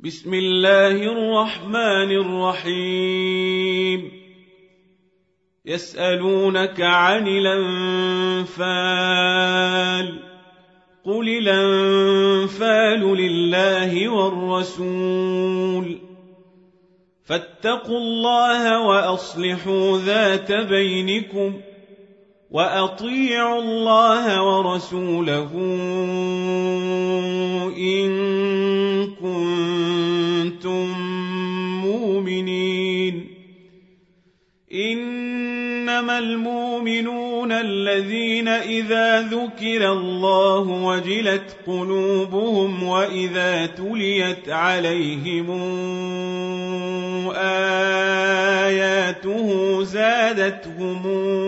بسم الله الرحمن الرحيم يسألونك عن الأنفال قل الأنفال لله والرسول فاتقوا الله وأصلحوا ذات بينكم وأطيعوا الله ورسوله إن كنتم مؤمنين إنما المؤمنون الذين إذا ذكر الله وجلت قلوبهم وإذا تليت عليهم آياته زادتهم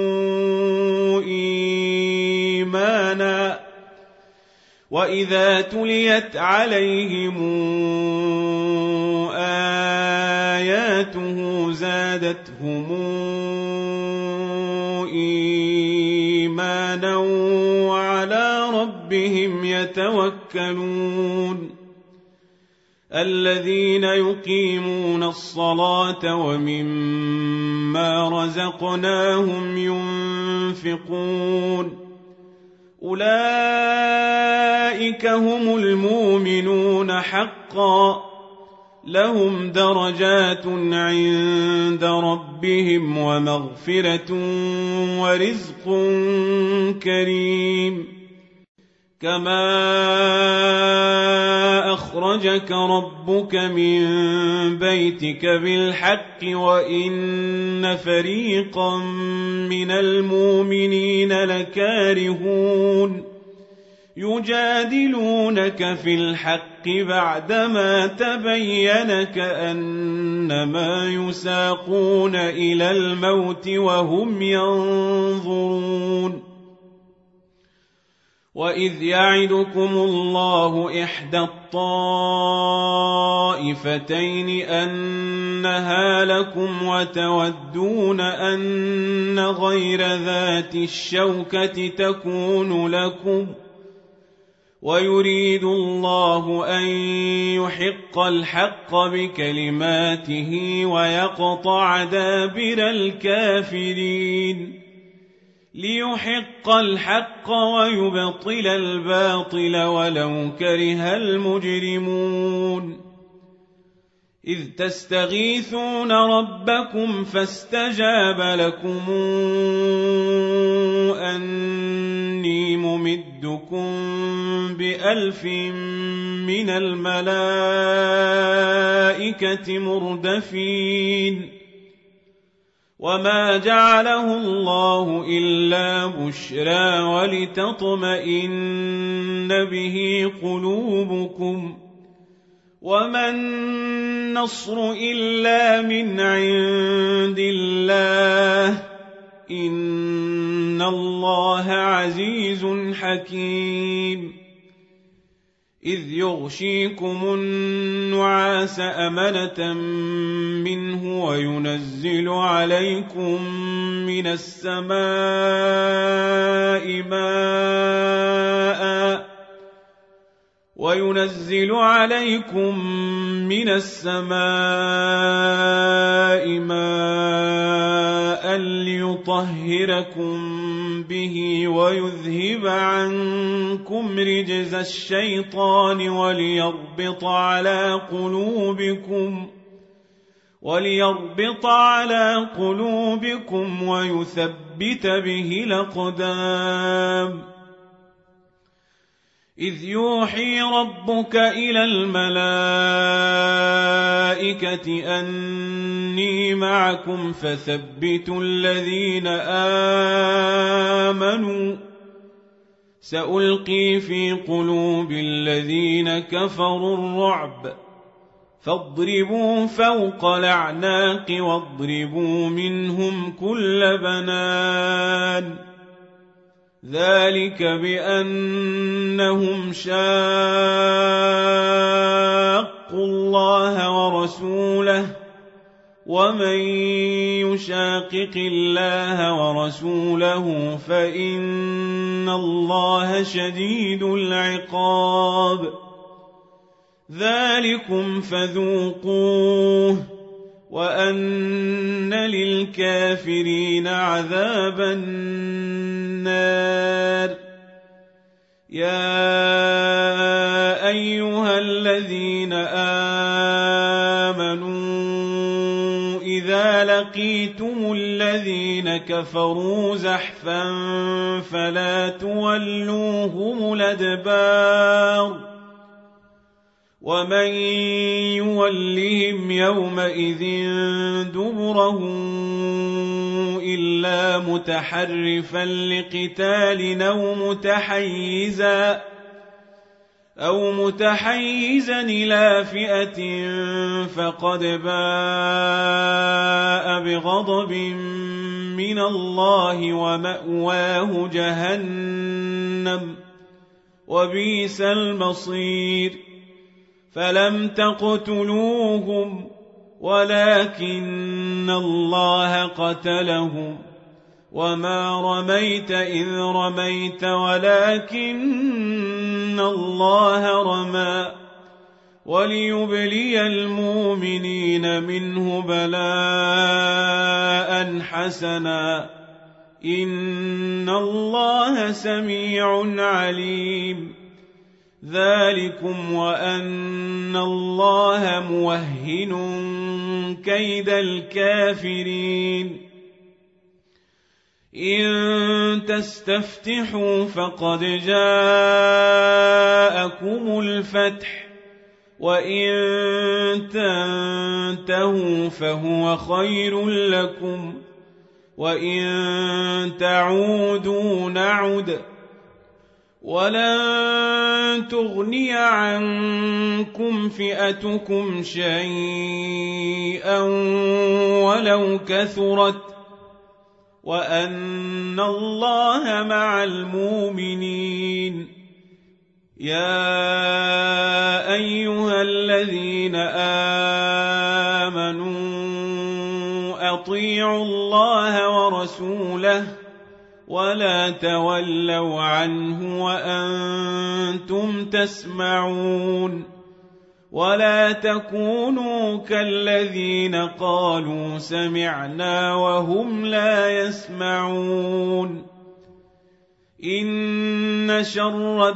إيمانا وإذا تليت عليهم آياته زادتهم إيمانا وعلى ربهم يتوكلون الذين يقيمون الصلاة ومما رزقناهم ينفقون أولئك هم المؤمنون حقا لهم درجات عند ربهم ومغفرة ورزق كريم كما أخرجك ربك من بيتك بالحق وإن فريقا من المؤمنين لكارهون يجادلونك في الحق بعدما تبين كأنما يساقون إلى الموت وهم ينظرون وإذ يعدكم الله إحدى الطائفتين أنها لكم وتودون أن غير ذات الشوكة تكون لكم ويريد الله أن يحق الحق بكلماته ويقطع دابر الكافرين ليحق الحق ويبطل الباطل ولو كره المجرمون إذ تستغيثون ربكم فاستجاب لكم أني ممدكم ب1000 من الملائكة مردفين وما جعله الله إلا بشرى ولتطمئن به قلوبكم وما النصر إلا من عند الله إن الله عزيز حكيم إذ يغشيكم النعاس أمنة منه وينزل عليكم من السماء ماء ليطهركم به ويذهب عنكم رجز الشيطان وليربط على قلوبكم ويثبت به الأقدام إذ يوحي ربك إلى الملائكة أني معكم فثبتوا الذين آمنوا سألقي في قلوب الذين كفروا الرعب فاضربوا فوق الأعناق واضربوا منهم كل بنان ذلك بأنهم شاقوا الله ورسوله ومن يشاقق الله ورسوله فإن الله شديد العقاب ذلكم فذوقوه وأن للكافرين عذاب النار. يا أيها الذين آمنوا إذا لقيتم الذين كفروا زحفا فلا تولوهم الأدبار ومن يولهم يومئذ دبره إلا متحرفا لقتال أو متحيزا إلى فئة فقد باء بغضب من الله ومأواه جهنم وبئس المصير. فلم تقتلوهم ولكن الله قتلهم وما رميت إذ رميت ولكن الله رمى وليبلي المؤمنين منه بلاء حسنا إن الله سميع عليم. ذلكم وأن الله موهن كيد الكافرين. إن تستفتحوا فقد جاءكم الفتح وإن تنتهوا فهو خير لكم وإن تعودوا نعد ولن تغني عنكم فئتكم شيئا ولو كثرت وأن الله مع المؤمنين. يا أيها الذين آمنوا أطيعوا الله ورسوله ولا تولوا عنه وأنتم تسمعون ولا تكونوا كالذين قالوا سمعنا وهم لا يسمعون. إن شر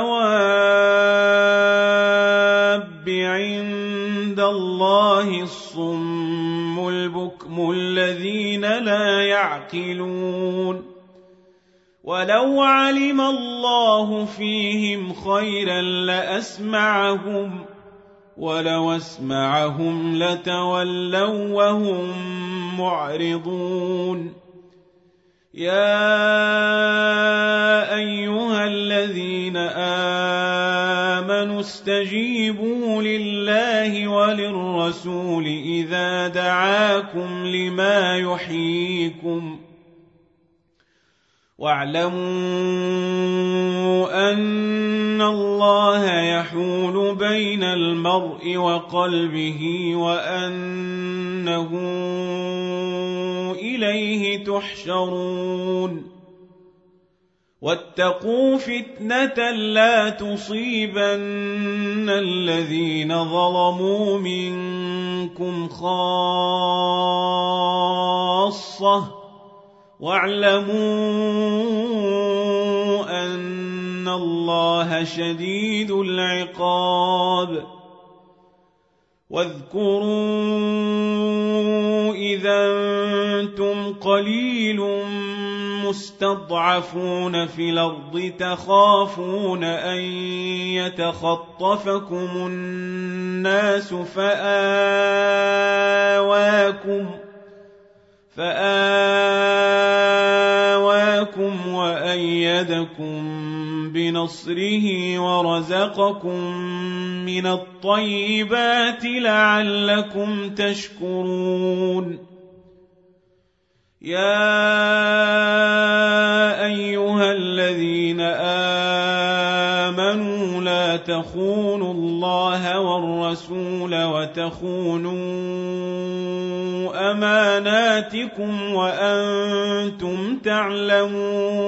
الدواب عند الله الصم البكم الذين لا يعقلون. ولو علم الله فيهم خيرا لأسمعهم ولو أسمعهم لتولوا وهم معرضون. يا أيها الذين آمنوا استجيبوا لله وللرسول إذا دعاكم لما يحييكم واعلموا أن الله يحول بين المرء وقلبه وأنه إليه تحشرون. واتقوا فتنة لا تصيبن الذين ظلموا منكم خاصة واعلموا أن الله شديد العقاب. واذكروا إذا أنتم قليل مستضعفون في الأرض تخافون أن يتخطفكم الناس فآواكم وأيدكم بنصره ورزقكم من الطيبات لعلكم تشكرون. يا أيها الذين آمنوا لا تخونوا الله والرسول وتخونوا أماناتكم وأنتم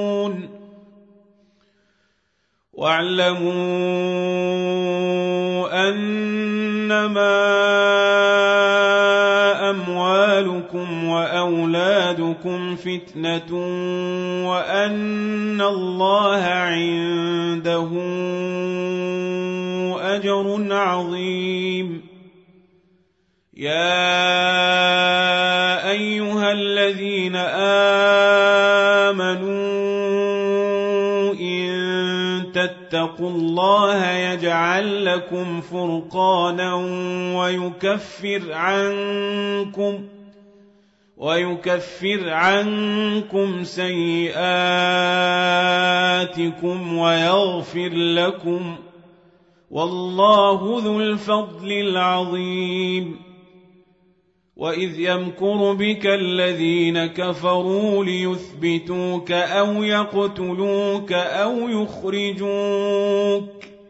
تعلمون. واعلموا وأنما أموالكم وأولادكم فتنة وأن الله عنده أجر عظيم. يا أيها الذين آمنوا إن تتقوا الله يجعل لكم فرقانا ويكفر عنكم سيئاتكم ويغفر لكم، والله ذو الفضل العظيم. وإذ يمكر بك الذين كفروا ليثبتوك أو يقتلوك أو يخرجوك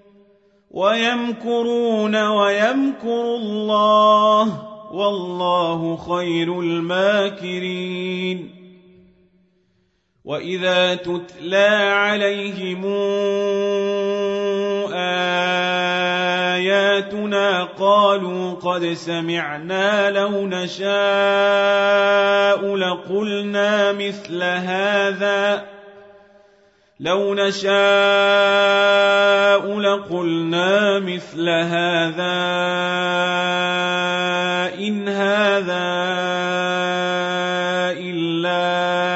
ويمكرون ويمكر الله والله خير الماكرين. وإذا تتلى عليهم آياتنا قالوا قد سمعنا لو نشاء لقلنا مثل هذا إن هذا إلا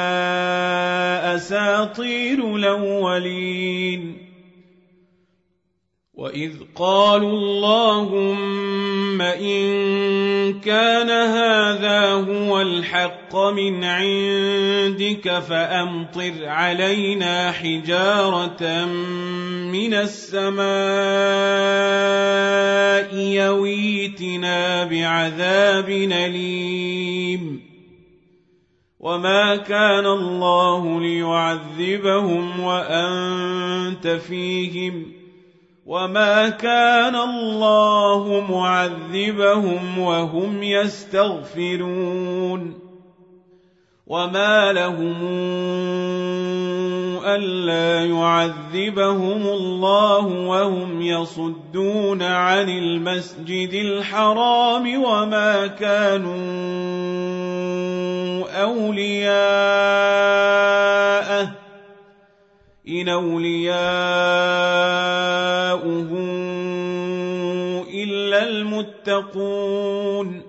أساطير الأولين. وإذ قالوا اللهم إن كان هذا هو الحق من عندك فأمطر علينا حجارة من السماء يويتنا بعذاب أليم. وما كان الله ليعذبهم وأنت فيهم وما كان الله معذبهم وهم يستغفرون. وما لهم ألا يعذبهم الله وهم يصدون عن المسجد الحرام وما كانوا أولياءه إن أولياؤه إلا المتقون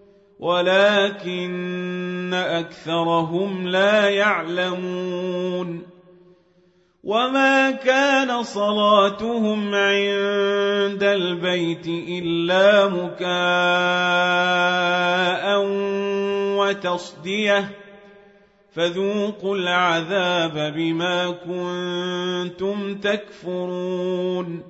ولكن أكثرهم لا يعلمون. وما كان صلاتهم عند البيت إلا مكاء وتصدية فذوقوا العذاب بما كنتم تكفرون.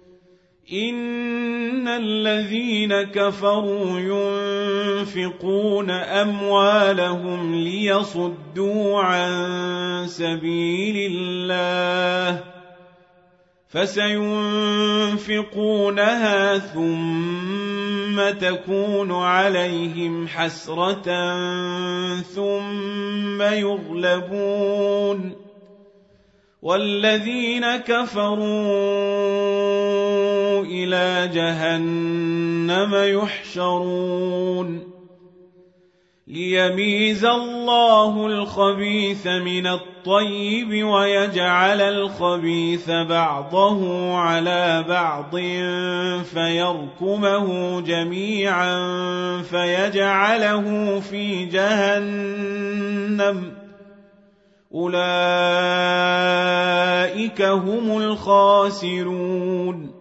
إن الذين كفروا ينفقون أموالهم ليصدوا عن سبيل الله فسينفقونها ثم تكون عليهم حسرة ثم يغلبون والذين كفروا إلى جهنم يحشرون. ليميز الله الخبيث من الطيب ويجعل الخبيث بعضه على بعض فيركمه جميعا فيجعله في جهنم أولئك هم الخاسرون.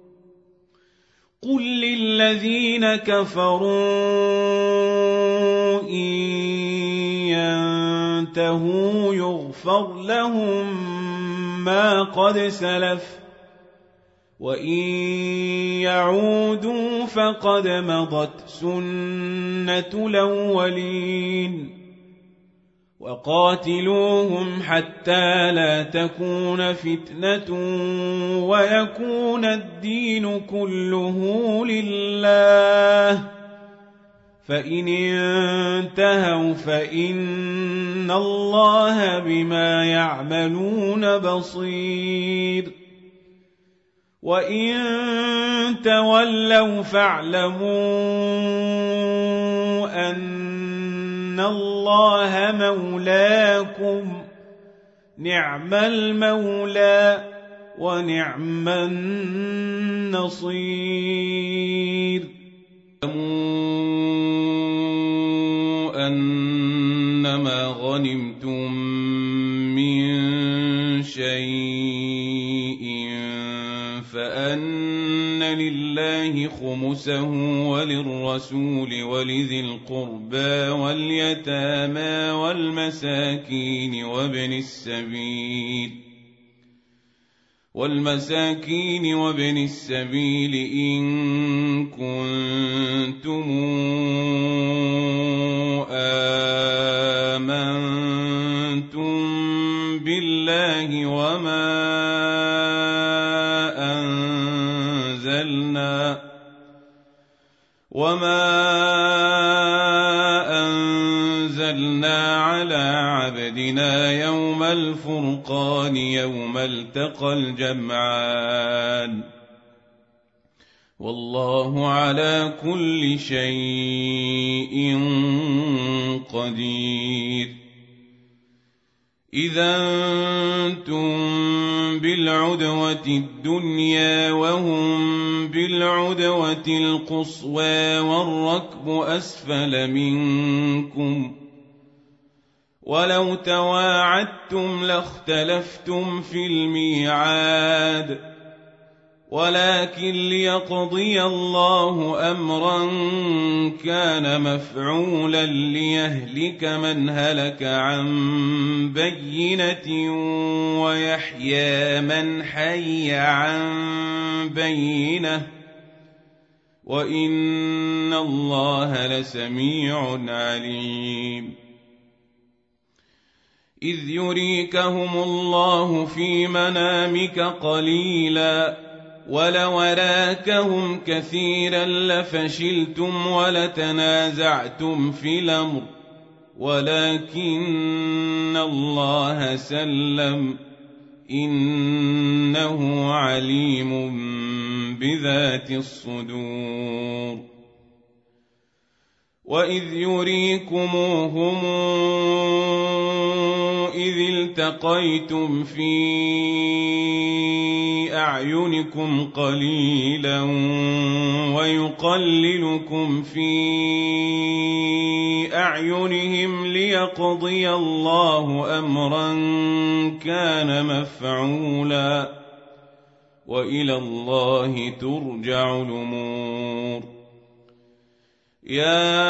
قل للذين كفروا إن ينتهوا يغفر لهم ما قد سلف وإن يعودوا فقد مضت سنة الأولين. وقاتلوهم حتى لا تكون فتنة ويكون الدين كله لله فإن انتهوا فإن الله بما يعملون بصير. وإن تولوا فاعلموا أن الله مولاكم نعم المولى ونعم النصير أنما غنمتم من شيء فأن لله خمسه وللرسول ولذي القربى واليتامى والمساكين وابن السبيل إن كنتم آمنتم بالله وما أنزلنا على عبدنا يوم الفرقان يوم التقى الجمعان والله على كل شيء قدير إذا أنتم بالعدوة الدنيا وهم بالعدوة القصوى والركب أسفل منكم ولو تواعدتم لاختلفتم في الميعاد ولكن ليقضي الله أمرا كان مفعولا ليهلك من هلك عن بينة ويحيى من حي عن بينة وإن الله لسميع عليم إذ يريكهم الله في منامك قليلا ولو أراكهم كثيرا لفشلتم ولتنازعتم في الأمر ولكن الله سلم إنه عليم بذات الصدور وإذ يريكموهم إذ التقيتم في أعينكم قليلا ويقللكم في أعينهم ليقضي الله أمرا كان مفعولا وإلى الله ترجع الأمور يا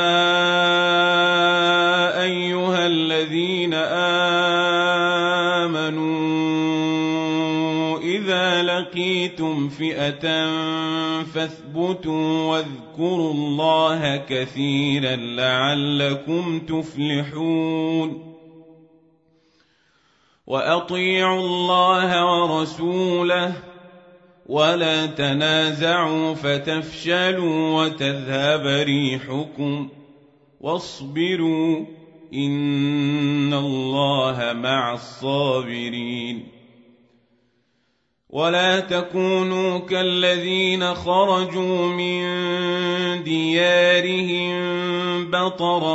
أيها الذين آمنوا إذا لقيتم فئة فاثبتوا واذكروا الله كثيرا لعلكم تفلحون وأطيعوا الله ورسوله ولا تنازعوا فتفشلوا وتذهب ريحكم واصبروا إن الله مع الصابرين ولا تكونوا كالذين خرجوا من ديارهم بطرا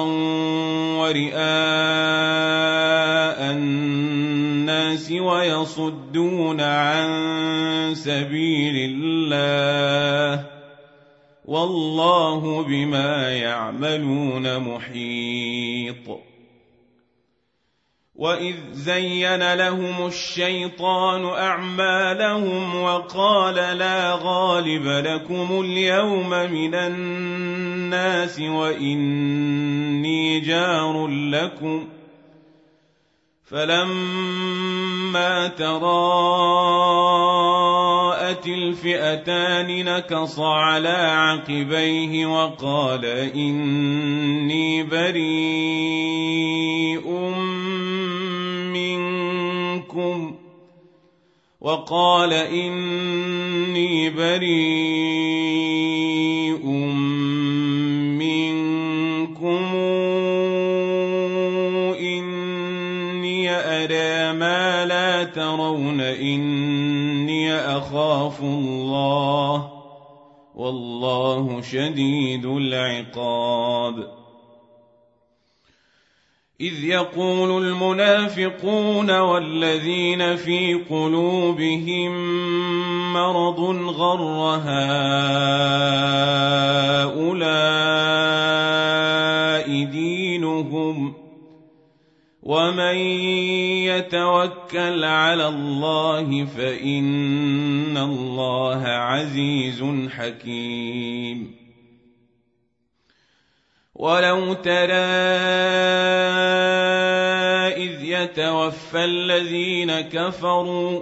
ورئاء الناس ويصدون عن سبيل الله والله بما يعملون محيط وإذ زين لهم الشيطان أعمالهم وقال لا غالب لكم اليوم من الناس وإني جار لكم فلما تراءت الفئتان نكص على عقبيه وقال إني بريء منكم إني أرى ما لا ترون إني أخاف الله والله شديد العقاب. إذ يقول المنافقون والذين في قلوبهم مرض غر هؤلاء دينهم ومن يتوكل على الله فإن الله عزيز حكيم. ولو ترى إذ يتوفى الذين كفروا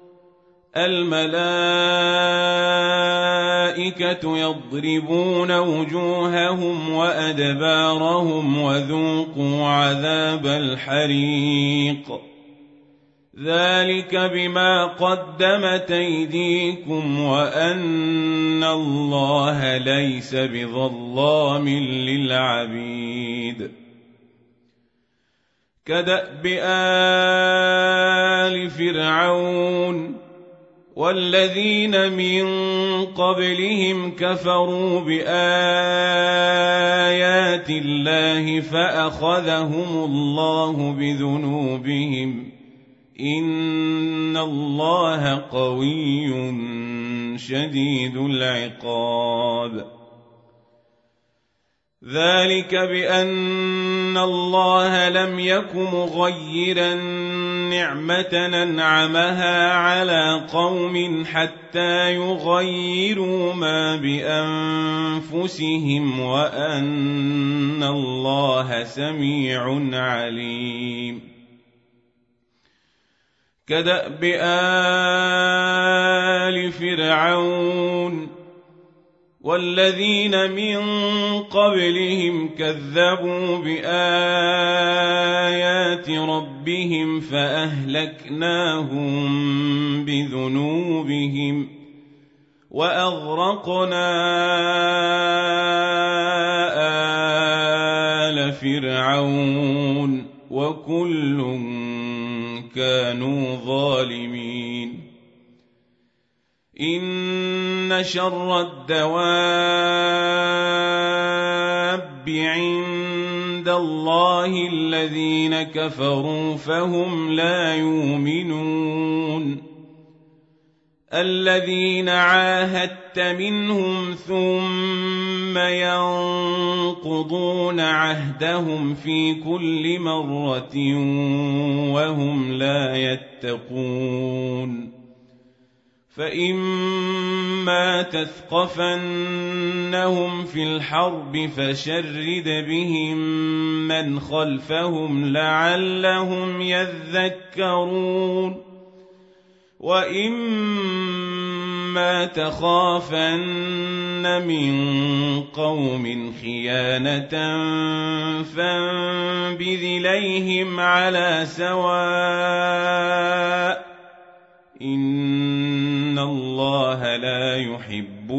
الملائكة يضربون وجوههم وأدبارهم وذوقوا عذاب الحريق ذلك بما قدمت أيديكم وأن الله ليس بظلام للعبيد. كدأب آل فرعون والذين من قبلهم كفروا بآيات الله فأخذهم الله بذنوبهم إن الله قوي شديد العقاب. ذلك بأن الله لم يك مغيرا نعمة أنعمها على قوم حتى يغيروا ما بأنفسهم وأن الله سميع عليم. كدأب آل فرعون والذين من قبلهم كذبوا بآيات ربهم فأهلكناهم بذنوبهم وأغرقنا آل فرعون وكل كانوا ظالمين. إن شر الدواب عند الله الذين كفروا فهم لا يؤمنون. الذين عاهدت منهم ثم ينقضون عهدهم في كل مرة وهم لا يتقون. فإما تثقفنهم في الحرب فشرد بهم من خلفهم لعلهم يذكرون. وإما تخافن من قوم خيانة فانبذ إليهم على سواء إن الله لا يحب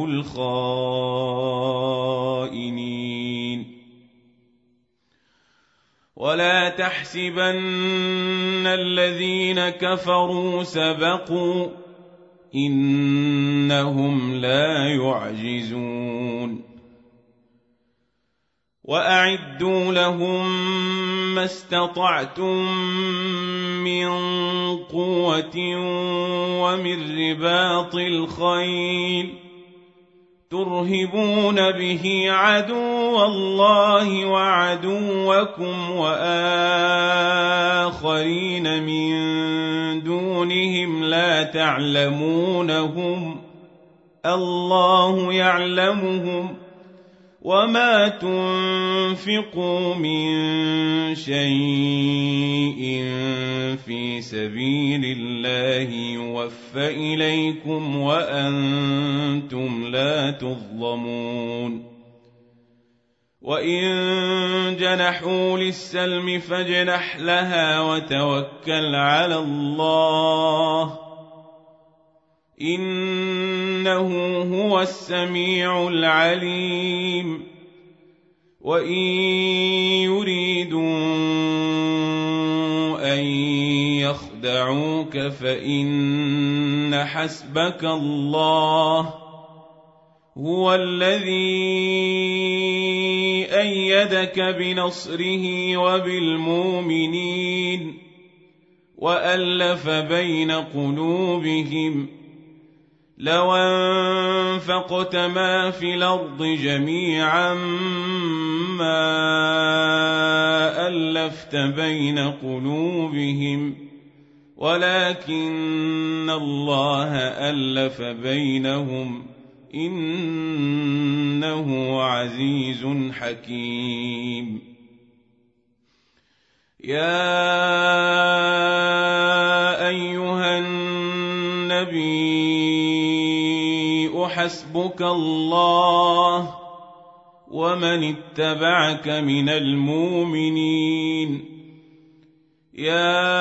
الخائنين. ولا تحسبن الذين كفروا سبقوا إنهم لا يعجزون. وأعدوا لهم ما استطعتم من قوة ومن رباط الخيل ترهبون به عدو الله وعدوكم وآخرين من دونهم لا تعلمونهم الله يعلمهم وما تنفقوا من شيء في سبيل الله يوفى إليكم وأنتم لا تظلمون. وإن جنحوا للسلم فاجنح لها وتوكل على الله إنه هو السميع العليم. وإن يريدوا أن يخدعوك فإن حسبك الله هو الذي أيدك بنصره وبالمؤمنين وألف بين قلوبهم لو أنفقت ما في الأرض جميعا ما ألفت بين قلوبهم ولكن الله ألف بينهم إنه عزيز حكيم. يا أيها النبي حسبك الله ومن اتبعك من المؤمنين. يا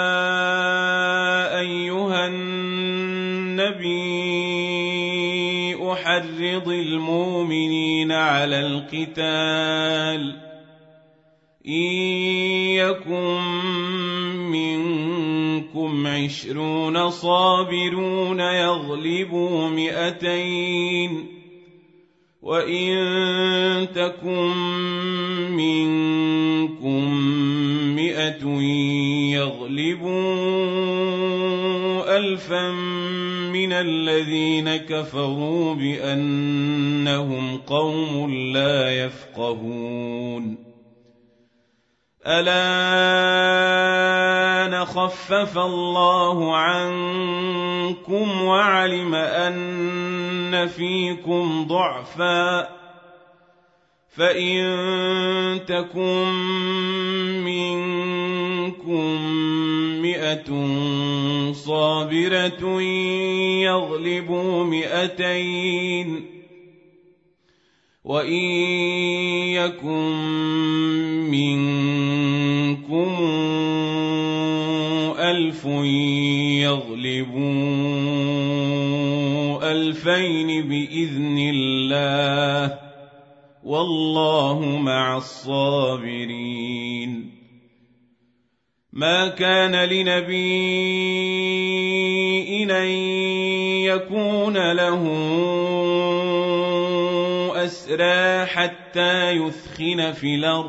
أيها النبي حرض المؤمنين على القتال إن يكن منكم 20 صابرون يغلبوا 200 وإن تكن منكم 100 يغلبوا 1000 من الذين كفروا بأنهم قوم لا يفقهون. الآن خفف الله عنكم وعلم أن فيكم ضعفا فإن تكن منكم 100 صابرة يغلبوا 200 وإن يكن منكم 1000 يغلبوا 2000 بإذن الله والله مع الصابرين. ما كان لنبي أن يكون له أسرى حتى يثخن في الأرض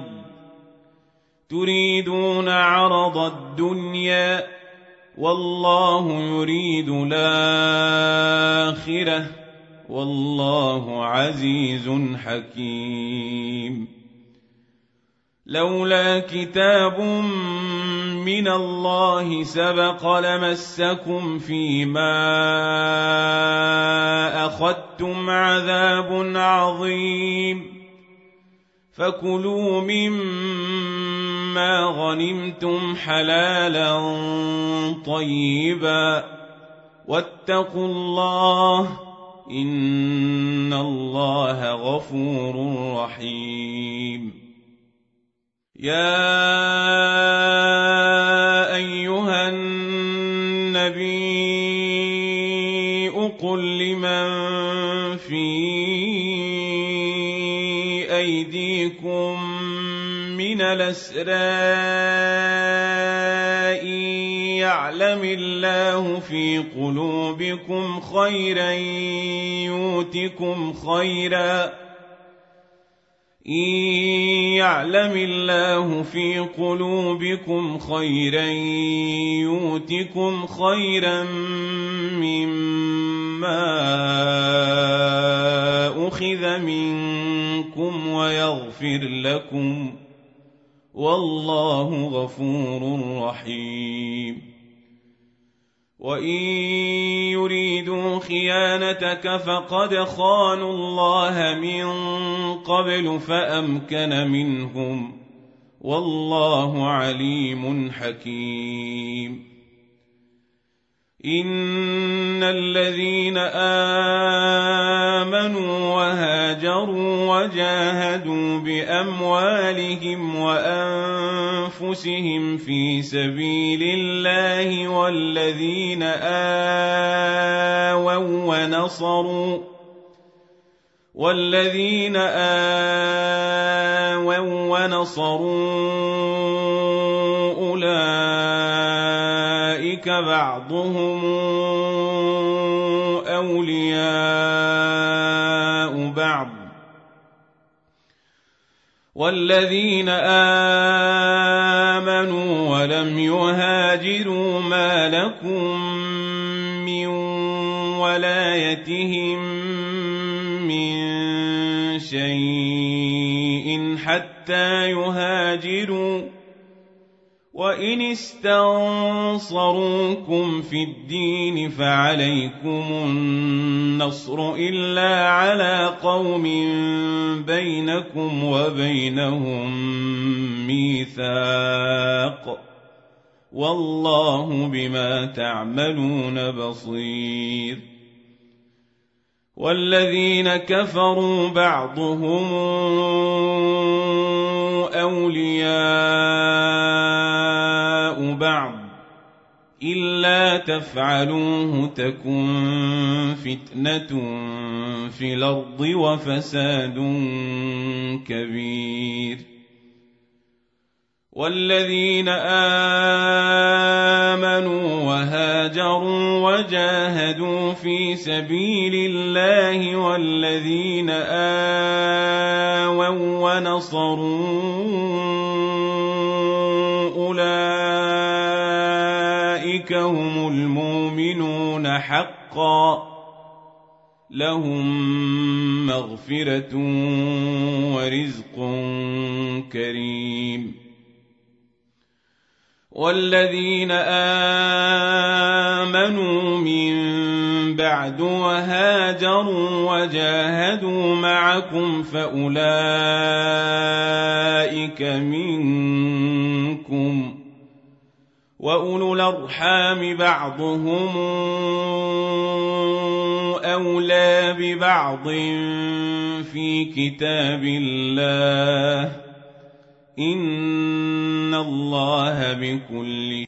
تريدون عرض الدنيا والله يريد الآخرة والله عزيز حكيم. لولا كتاب من الله سبق لمسكم فيما أخذتم عذاب عظيم فكلوا مما غنمتم حلالا طيبا واتقوا الله إن الله غفور رحيم. يا أيها النبي قل لمن في أيديكم من الأسرى يعلم الله في قلوبكم خيرا إن يعلم الله في قلوبكم خيرا يؤتكم خيرا مما أخذ منكم ويغفر لكم والله غفور رحيم. وإن يريدوا خيانتك فقد خانوا الله من قبل فأمكن منهم والله عليم حكيم. إن الذين آمنوا وهاجروا وجاهدوا بأموالهم وأنفسهم في سبيل الله والذين آووا ونصروا أولئك بعضهم أولياء والذين آمنوا ولم يهاجروا ما لكم من ولايتهم من شيء حتى يهاجروا وإن استنصروكم في الدين فعليكم النصر إلا على قوم بينكم وبينهم ميثاق والله بما تعملون بصير والذين كفروا بعضهم أولياء بعض إلا تفعلوه تكن فتنة في الأرض وفساد كبير والذين آمنوا وهاجروا وجاهدوا في سبيل الله والذين آووا ونصروا أولئك هم المؤمنون حقا لهم مغفرة ورزق كريم والذين آمنوا من بعد وهاجروا وجاهدوا معكم فأولئك منكم وأولو الأرحام بعضهم أولى ببعض في كتاب الله إن الله بكل